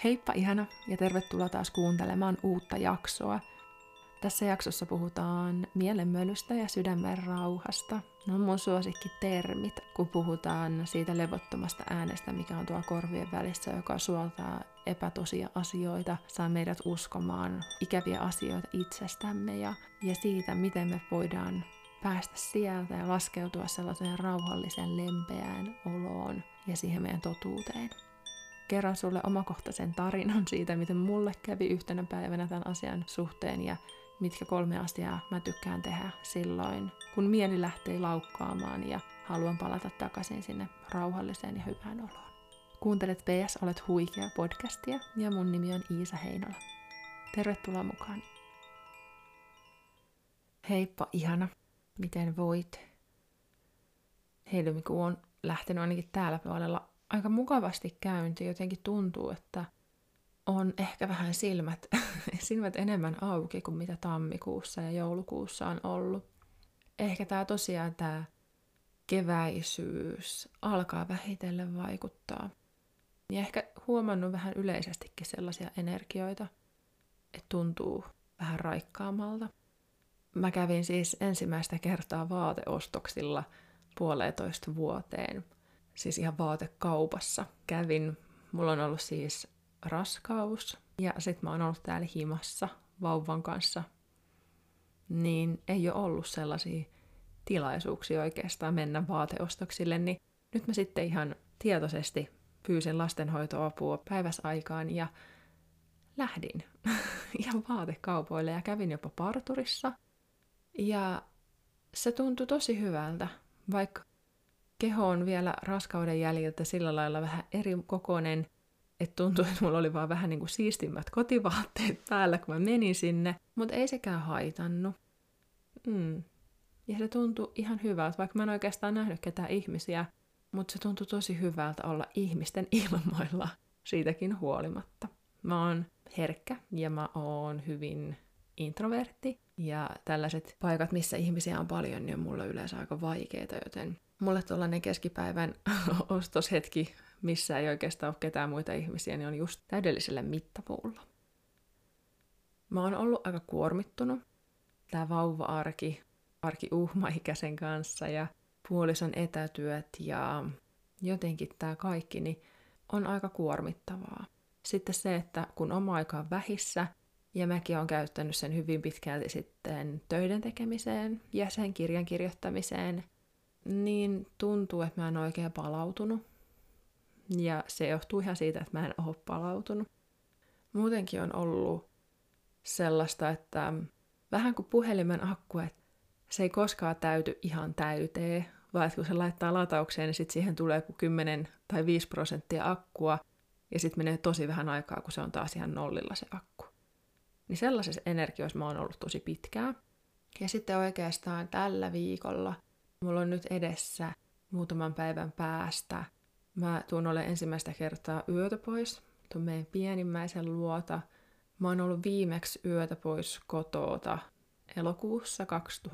Heippa ihana ja tervetuloa taas kuuntelemaan uutta jaksoa. Tässä jaksossa puhutaan mielenmölystä ja sydämen rauhasta. Ne on mun suosikkitermit, kun puhutaan siitä levottomasta äänestä, mikä on tuolla korvien välissä, joka suoltaa epätosia asioita, saa meidät uskomaan ikäviä asioita itsestämme ja siitä, miten me voidaan päästä sieltä ja laskeutua sellaiseen rauhalliseen, lempeään oloon ja siihen meidän totuuteen. Kerron sulle omakohtaisen tarinan siitä, miten mulle kävi yhtenä päivänä tämän asian suhteen ja mitkä 3 asiaa mä tykkään tehdä silloin, kun mieli lähtee laukkaamaan ja haluan palata takaisin sinne rauhalliseen ja hyvään oloon. Kuuntelet PS Olet huikea podcastia ja mun nimi on Iisa Heinola. Tervetuloa mukaan. Heippa ihana, miten voit? Helmikuu on lähtenyt ainakin täällä puolella aika mukavasti käynti. Jotenkin tuntuu, että on ehkä vähän silmät enemmän auki kuin mitä tammikuussa ja joulukuussa on ollut. Ehkä tämä keväisyys alkaa vähitellen vaikuttaa. Ja ehkä huomannut vähän yleisestikin sellaisia energioita, että tuntuu vähän raikkaammalta. Mä kävin siis ensimmäistä kertaa vaateostoksilla 1,5 vuoteen. Siis ihan vaatekaupassa kävin. Mulla on ollut siis raskaus ja sit mä oon ollut täällä himassa vauvan kanssa. Niin ei ole ollut sellaisia tilaisuuksia oikeastaan mennä vaateostoksille, niin nyt mä sitten ihan tietoisesti pyysin lastenhoitoapua päiväsaikaan ja lähdin ihan vaatekaupoille ja kävin jopa parturissa. Ja se tuntui tosi hyvältä, vaikka keho on vielä raskauden jäljiltä sillä lailla vähän eri kokoinen, että tuntui, että mulla oli vaan vähän niin kuin siistimmät kotivaatteet päällä, kun mä menin sinne, mutta ei sekään haitannut. Ja se tuntui ihan hyvältä, vaikka mä en oikeastaan nähnyt ketään ihmisiä, mutta se tuntui tosi hyvältä olla ihmisten ilmoilla siitäkin huolimatta. Mä oon herkkä ja mä oon hyvin introvertti ja tällaiset paikat, missä ihmisiä on paljon, niin on mulle yleensä aika vaikeita, joten mulle tuollainen keskipäivän ostoshetki, missä ei oikeastaan ole ketään muita ihmisiä, niin on just täydellisellä mittapuulla. Mä oon ollut aika kuormittunut. Tää vauva-arki uhmaikäisen kanssa ja puolison etätyöt ja jotenkin tää kaikki, niin on aika kuormittavaa. Sitten se, että kun oma aika on vähissä, ja mäkin olen käyttänyt sen hyvin pitkälti sitten töiden tekemiseen ja sen kirjan kirjoittamiseen, niin tuntuu, että mä en oikein palautunut. Ja se johtuu ihan siitä, että mä en ole palautunut. Muutenkin on ollut sellaista, että vähän kuin puhelimen akku, että se ei koskaan täyty ihan täyteen, vaan että kun se laittaa lataukseen, niin sitten siihen tulee 10 tai 5% akkua, ja sitten menee tosi vähän aikaa, kun se on taas ihan nollilla se akku. Niin sellaisessa energioissa mä oon ollut tosi pitkään. Ja sitten oikeastaan tällä viikolla mulla on nyt edessä muutaman päivän päästä. Mä tuun olemaan ensimmäistä kertaa yötä pois tuon meidän pienimmäisen luota. Mä oon ollut viimeksi yötä pois kotoota elokuussa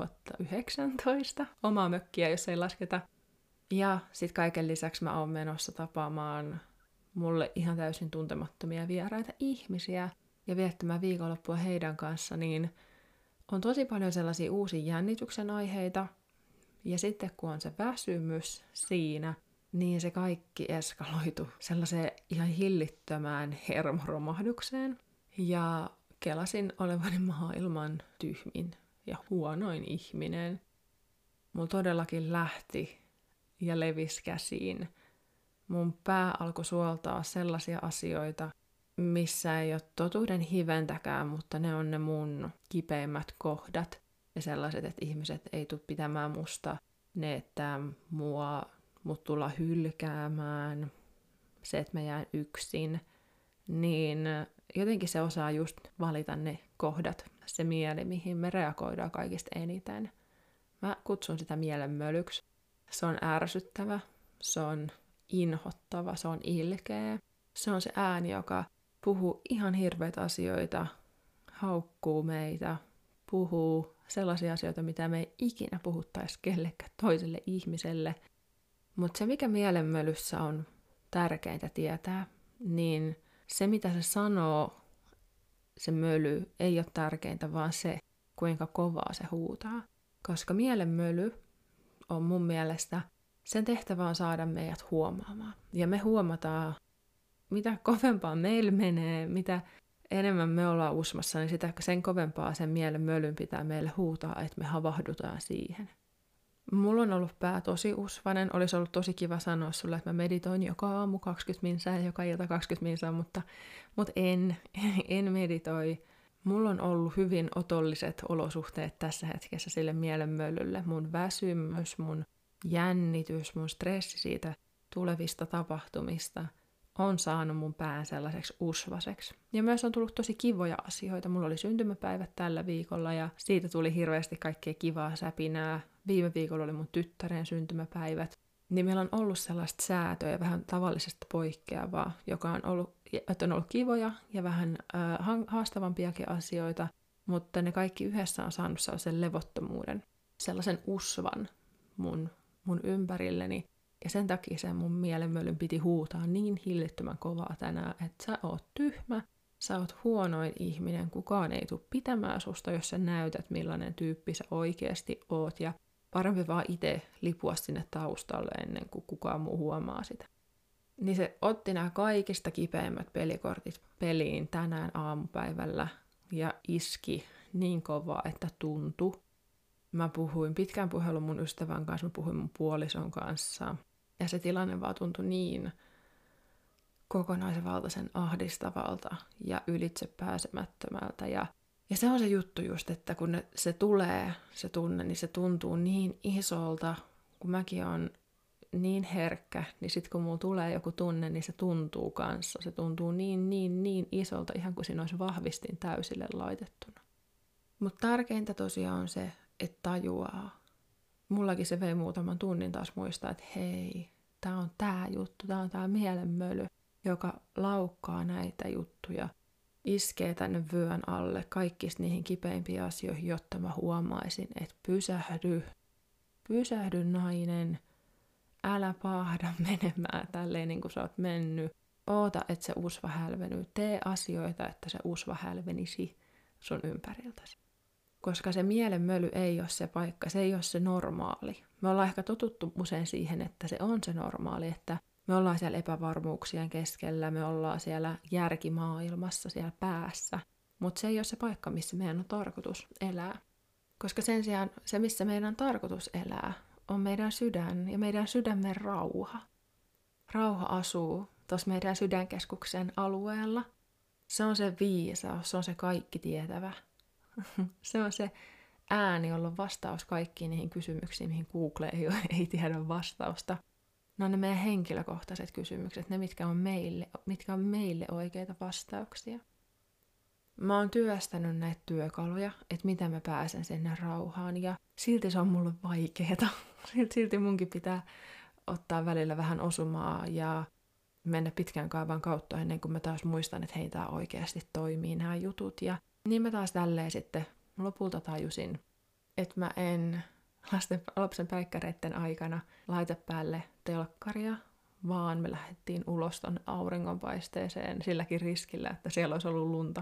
2019. Omaa mökkiä, jos ei lasketa. Ja sit kaiken lisäksi mä oon menossa tapaamaan mulle ihan täysin tuntemattomia vieraita ihmisiä ja viettämään viikonloppua heidän kanssa, niin on tosi paljon sellaisia uusia jännityksen aiheita. Ja sitten kun on se väsymys siinä, niin se kaikki eskaloitu sellaiseen ihan hillittömään hermoromahdukseen. Ja kelasin olevani maailman tyhmin ja huonoin ihminen. Mulla todellakin lähti ja levisi käsiin. Mun pää alkoi suoltaa sellaisia asioita, missä ei ole totuuden hiventäkään, mutta ne on ne mun kipeimmät kohdat. Ja sellaiset, että ihmiset ei tule pitämään musta, ne, että mut tulla hylkäämään, se, että mä jään yksin, niin jotenkin se osaa just valita ne kohdat, se mieli, mihin me reagoidaan kaikista eniten. Mä kutsun sitä mielenmölyksi. Se on ärsyttävä, se on inhottava, se on ilkeä. Se on se ääni, joka puhuu ihan hirveitä asioita, haukkuu meitä, puhuu sellaisia asioita, mitä me ei ikinä puhuttaisi kellekään toiselle ihmiselle. Mutta se, mikä mielenmölyssä on tärkeintä tietää, niin se mitä se sanoo, se möly, ei ole tärkeintä, vaan se, kuinka kovaa se huutaa. Koska mielen möly on mun mielestä, sen tehtävä on saada meidät huomaamaan. Ja me huomataan, mitä kovempaa meillä menee, mitä enemmän me ollaan usmassa, niin sen kovempaa sen mielen mölyn pitää meille huutaa, että me havahdutaan siihen. Mulla on ollut pää tosi usvanen. Olisi ollut tosi kiva sanoa sulle, että mä meditoin joka aamu 20 minsaa ja joka ilta 20 minsaa, mutta en meditoi. Mulla on ollut hyvin otolliset olosuhteet tässä hetkessä sille mielenmölylle. Mun väsymys, mun jännitys, mun stressi siitä tulevista tapahtumista on saanut mun pään sellaiseksi usvaseksi. Ja myös on tullut tosi kivoja asioita. Mulla oli syntymäpäivät tällä viikolla ja siitä tuli hirveästi kaikkea kivaa säpinää. Viime viikolla oli mun tyttären syntymäpäivät. Niin meillä on ollut sellaista säätöä vähän tavallisesta poikkeavaa, joka on ollut kivoja ja vähän haastavampiakin asioita, mutta ne kaikki yhdessä on saanut sellaisen levottomuuden, sellaisen usvan mun ympärilleni. Ja sen takia sen mun mielenmölyn piti huutaa niin hillittömän kovaa tänään, että sä oot tyhmä, sä oot huonoin ihminen, kukaan ei tule pitämään susta, jos sä näytät millainen tyyppi sä oikeasti oot. Ja parempi vaan itse lipua sinne taustalle ennen kuin kukaan muu huomaa sitä. Niin se otti nämä kaikista kipeimmät pelikortit peliin tänään aamupäivällä ja iski niin kovaa, että tuntui. Mä puhuin pitkän puhelun mun ystävän kanssa, mä puhuin mun puolison kanssa. Ja se tilanne vaan tuntui niin kokonaisen valtaisen ahdistavalta ja ylitsepääsemättömältä. Ja se on se juttu just, että kun se tulee, se tunne, niin se tuntuu niin isolta. Kun mäkin on niin herkkä, niin sit kun mulla tulee joku tunne, niin se tuntuu kanssa. Se tuntuu niin isolta, ihan kuin siinä olisi vahvistin täysille laitettuna. Mutta tärkeintä tosiaan on se, että tajuaa. Mullakin se vei muutaman tunnin taas muistaa, että hei, tää on tää juttu, tää on tää mielenmöly, joka laukkaa näitä juttuja, iskee tänne vyön alle kaikista niihin kipeimpiin asioihin, jotta mä huomaisin, että pysähdy nainen, älä paahda menemään tälleen niin kuin sä oot mennyt, oota, että se usva hälvenyy, tee asioita, että se usva hälvenisi sun ympäriltäsi. Koska se mielenmöly ei ole se paikka, se ei ole se normaali. Me ollaan ehkä totuttu usein siihen, että se on se normaali, että me ollaan siellä epävarmuuksien keskellä, me ollaan siellä järkimaailmassa, siellä päässä. Mutta se ei ole se paikka, missä meidän on tarkoitus elää. Koska sen sijaan se, missä meidän on tarkoitus elää, on meidän sydän ja meidän sydämen rauha. Rauha asuu tuossa meidän sydänkeskuksen alueella. Se on se viisaus, se on se kaikki tietävä. Se on se ääni, jolla on vastaus kaikkiin niihin kysymyksiin, mihin Google ei tiedä vastausta. Ne on ne meidän henkilökohtaiset kysymykset, ne mitkä on meille oikeita vastauksia. Mä oon työstänyt näitä työkaluja, että miten mä pääsen sinne rauhaan, ja silti se on mulle vaikeeta. Silti munkin pitää ottaa välillä vähän osumaa ja mennä pitkän kaavan kautta ennen kuin mä taas muistan, että hei, tää oikeasti toimii nämä jutut. Ja niin mä taas tälleen sitten lopulta tajusin, että mä en lapsen päikkäreiden aikana laita päälle telkkaria, vaan me lähdettiin ulos ton auringonpaisteeseen silläkin riskillä, että siellä olisi ollut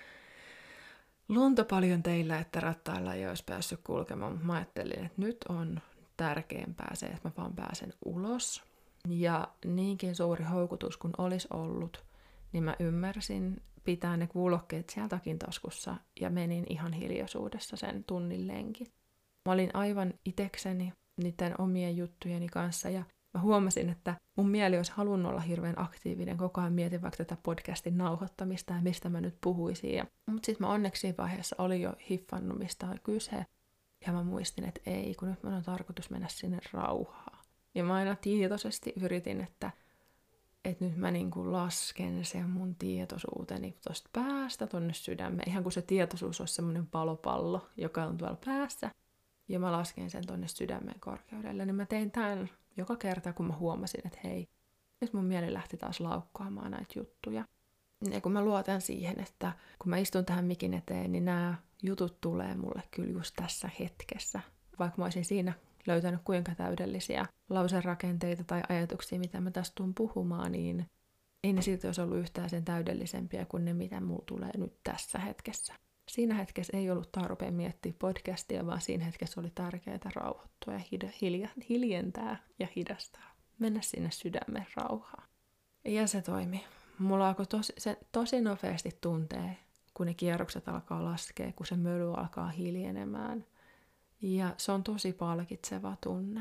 lunta paljon teillä, että rattailla ei olisi päässyt kulkemaan. Mutta mä ajattelin, että nyt on tärkeämpää se, että mä vaan pääsen ulos. Ja niinkin suuri houkutus kun olisi ollut, niin mä ymmärsin pitää ne kuulokkeet siellä takin taskussa ja menin ihan hiljaisuudessa sen tunnin lenkin. Mä olin aivan itekseni niiden omien juttujeni kanssa ja mä huomasin, että mun mieli olisi halunnut olla hirveän aktiivinen. Koko ajan mietin vaikka tätä podcastin nauhoittamista ja mistä mä nyt puhuisin. Mutta sitten mä onneksi siinä vaiheessa olin jo hiffannut, mistä on kyse. Ja mä muistin, että ei, kun nyt mun on tarkoitus mennä sinne rauhaan. Ja mä aina tietoisesti yritin, että nyt mä niinku lasken sen mun tietoisuuteni tosta päästä tonne sydämeen. Ihan kuin se tietoisuus olisi semmoinen palopallo, joka on tuolla päässä. Ja mä lasken sen tonne sydämen korkeudelle. Niin mä tein tämän joka kerta, kun mä huomasin, että hei, nyt mun mieli lähti taas laukkaamaan näitä juttuja. Ja kun mä luotan siihen, että kun mä istun tähän mikin eteen, niin nämä jutut tulee mulle kyllä just tässä hetkessä. Vaikka mä olisin siinä löytänyt kuinka täydellisiä lauserakenteita tai ajatuksia, mitä mä tästä tuun puhumaan, niin ei ne silti olisi ollut yhtään sen täydellisempiä kuin ne, mitä mulla tulee nyt tässä hetkessä. Siinä hetkessä ei ollut tarpeen miettiä podcastia, vaan siinä hetkessä oli tärkeää rauhoittua ja hiljentää ja hidastaa. Mennä sinne sydämen rauhaan. Ja se toimi. Mulla alkoi tosi nopeasti tuntee, kun ne kierrokset alkaa laskea, kun se möly alkaa hiljenemään. Ja se on tosi palkitseva tunne.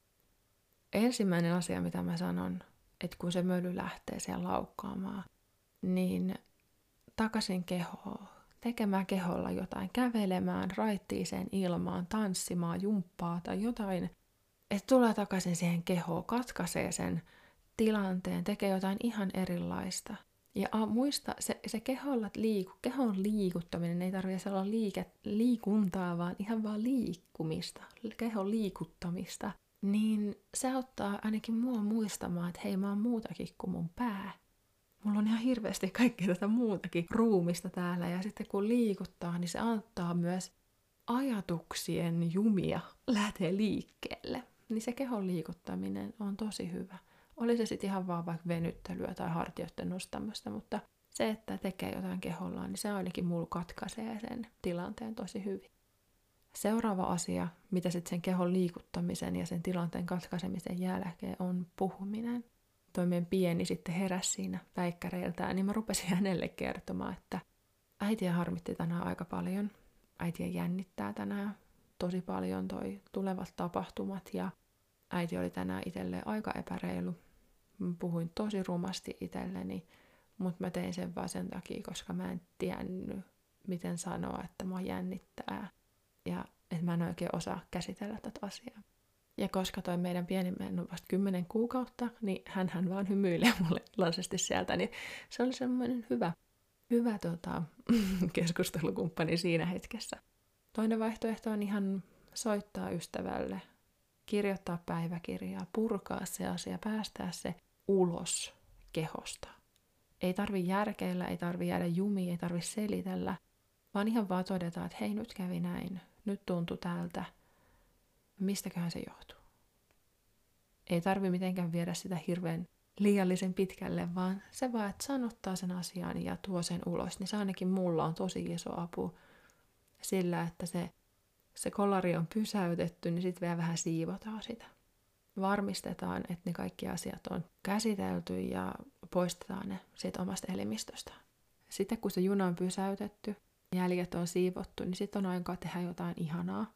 Ensimmäinen asia, mitä mä sanon, että kun se möly lähtee siellä laukkaamaan, niin takaisin kehoon, tekemään keholla jotain, kävelemään raittiiseen ilmaan, tanssimaan, jumppaa tai jotain, että tulee takaisin siihen kehoon, katkaisee sen tilanteen, tekee jotain ihan erilaista. Ja muista, se kehon liikuttaminen ei tarvitse olla liikuntaa, vaan ihan vaan liikkumista, kehon liikuttamista. Niin se auttaa ainakin mua muistamaan, että hei, mä oon muutakin kuin mun pää. Mulla on ihan hirveästi kaikkea tätä muutakin ruumista täällä. Ja sitten kun liikuttaa, niin se auttaa myös ajatuksien jumia lähtee liikkeelle. Niin se kehon liikuttaminen on tosi hyvä. Oli se sitten ihan vaan vaikka venyttelyä tai hartioiden nostamista, mutta se, että tekee jotain kehollaan, niin se ainakin mulla katkaisee sen tilanteen tosi hyvin. Seuraava asia, mitä sitten sen kehon liikuttamisen ja sen tilanteen katkaisemisen jälkeen on puhuminen. Toi meidän pieni sitten heräsi siinä päikkäreiltään, niin mä rupesin hänelle kertomaan, että äitiä harmitti tänään aika paljon. Äitiä jännittää tänään tosi paljon toi tulevat tapahtumat ja äiti oli tänään itselleen aika epäreilu. Mä puhuin tosi rumasti itselleni, mutta mä tein sen vaan sen takia, koska mä en tiennyt, miten sanoa, että mua jännittää. Ja että mä en oikein osaa käsitellä tätä asiaa. Ja koska toi meidän pienimmäinen on vasta 10 kuukautta, niin hän vaan hymyilee mulle iloisesti sieltä. Niin se oli semmoinen hyvä keskustelukumppani siinä hetkessä. Toinen vaihtoehto on ihan soittaa ystävälle, kirjoittaa päiväkirjaa, purkaa se asia, päästää se ulos kehosta. Ei tarvi järkeillä, ei tarvi jäädä jumiin, ei tarvi selitellä, vaan ihan vaan todeta, että hei, nyt kävi näin, nyt tuntui tältä. Mistäköhän se johtuu? Ei tarvi mitenkään viedä sitä hirveän liiallisen pitkälle, vaan se vaan, että sanottaa sen asian ja tuo sen ulos, niin se ainakin mulla on tosi iso apu sillä, että se kolari on pysäytetty, niin sitten vielä vähän siivotaan sitä. Varmistetaan, että ne kaikki asiat on käsitelty ja poistetaan ne siitä omasta elimistöstä. Sitten kun se juna on pysäytetty, jäljet on siivottu, niin sitten on aikaa tehdä jotain ihanaa.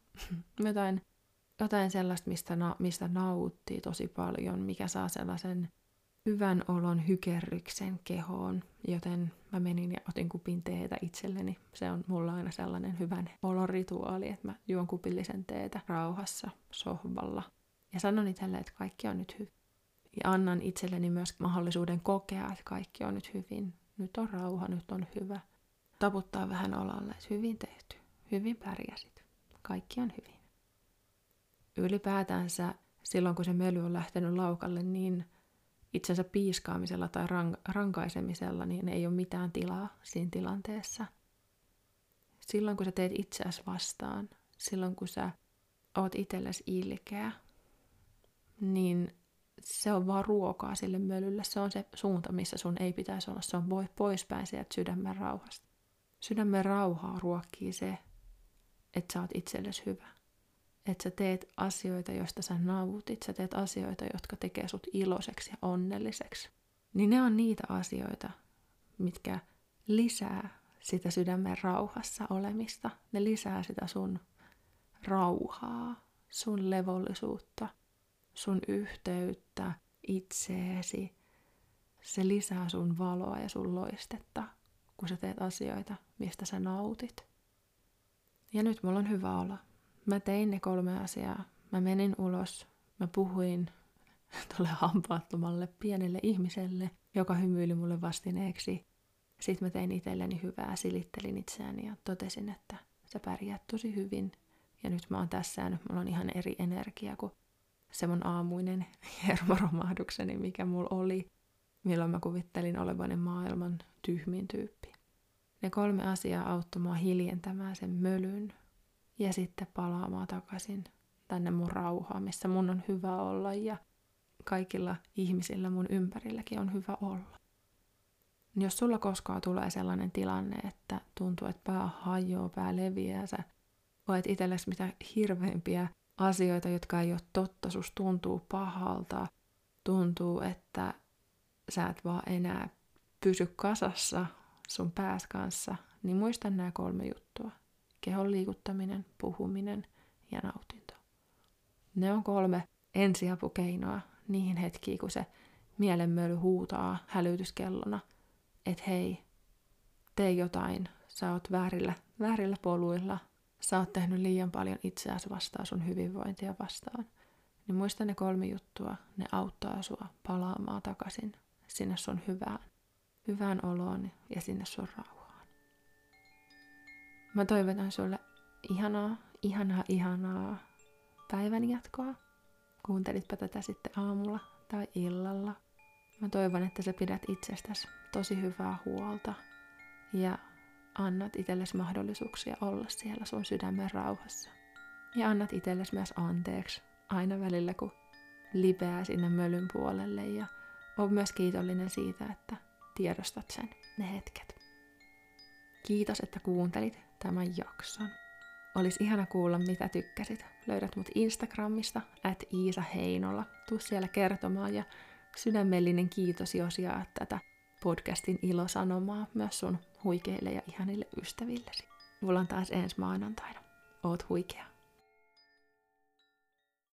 jotain sellaista, mistä nauttii tosi paljon, mikä saa sellaisen hyvän olon hykerryksen kehoon. Joten mä menin ja otin kupin teetä itselleni. Se on mulla aina sellainen hyvän olon rituaali, että mä juon kupillisen teetä rauhassa sohvalla. Ja sanon itselle, että kaikki on nyt hyvin. Ja annan itselleni myös mahdollisuuden kokea, että kaikki on nyt hyvin. Nyt on rauha, nyt on hyvä. Taputtaa vähän olalle, että hyvin tehty, hyvin pärjäsit. Kaikki on hyvin. Ylipäätänsä silloin, kun se möly on lähtenyt laukalle, niin itsensä piiskaamisella tai rankaisemisella niin ei ole mitään tilaa siinä tilanteessa. Silloin, kun sä teet itseäsi vastaan, silloin, kun sä oot itsellesi ilkeä, niin se on vaan ruokaa sille mölylle. Se on se suunta, missä sun ei pitäisi olla. Se on poispäin sieltä sydämen rauhasta. Sydämen rauhaa ruokkii se, että sä oot itsellesi hyvä. Että sä teet asioita, joista sä nautit. Sä teet asioita, jotka tekee sut iloiseksi ja onnelliseksi. Niin ne on niitä asioita, mitkä lisää sitä sydämen rauhassa olemista. Ne lisää sitä sun rauhaa, sun levollisuutta, sun yhteyttä itseesi. Se lisää sun valoa ja sun loistetta, kun sä teet asioita, mistä sä nautit. Ja nyt mulla on hyvä olla. Mä tein ne 3 asiaa. Mä menin ulos. Mä puhuin tuolle hampaattomalle pienelle ihmiselle, joka hymyili mulle vastineeksi. Sitten mä tein itselleni hyvää, silittelin itseäni ja totesin, että sä pärjäät tosi hyvin. Ja nyt mä oon tässä ja nyt mulla on ihan eri energia kuin se mun aamuinen hermoromahdukseni, mikä mulla oli, milloin mä kuvittelin olevani maailman tyhmin tyyppi. Ne 3 asiaa auttoi mua hiljentämään sen mölyn ja sitten palaamaan takaisin tänne mun rauhaan, missä mun on hyvä olla ja kaikilla ihmisillä mun ympärilläkin on hyvä olla. Niin jos sulla koskaan tulee sellainen tilanne, että tuntuu, että pää hajoaa, pää leviää, sä koet itsellesi mitä hirveimpiä asioita, jotka ei ole totta, sus tuntuu pahalta, tuntuu, että sä et vaan enää pysy kasassa sun pääs kanssa, niin muista nämä 3 juttua. Kehon liikuttaminen, puhuminen ja nautinto. Ne on 3 ensiapukeinoa niihin hetkiin, kun se mielenmöly huutaa hälytyskellona, että hei, tee jotain, sä oot väärillä poluilla, sä oot tehnyt liian paljon itseäsi vastaan, sun hyvinvointia vastaan. Niin muista ne 3 juttua, ne auttaa sua palaamaan takaisin sinne sun hyvään oloon ja sinne sun rauhaan. Mä toivotan sulle ihanaa päivän jatkoa. Kuuntelitpä tätä sitten aamulla tai illalla. Mä toivon, että sä pidät itsestäsi tosi hyvää huolta ja annat itsellesi mahdollisuuksia olla siellä sun sydämen rauhassa. Ja annat itsellesi myös anteeksi aina välillä, kun lipeää sinne mölyn puolelle ja oon myös kiitollinen siitä, että tiedostat sen ne hetket. Kiitos, että kuuntelit tämän jakson. Olisi ihana kuulla, mitä tykkäsit. Löydät mut Instagramista @iisaheinola. Tuu siellä kertomaan ja sydämellinen kiitos, jos jaat tätä podcastin ilosanomaa myös sun huikeille ja ihanille ystävillesi. Mulla on taas ensi maanantaina. Oot huikea.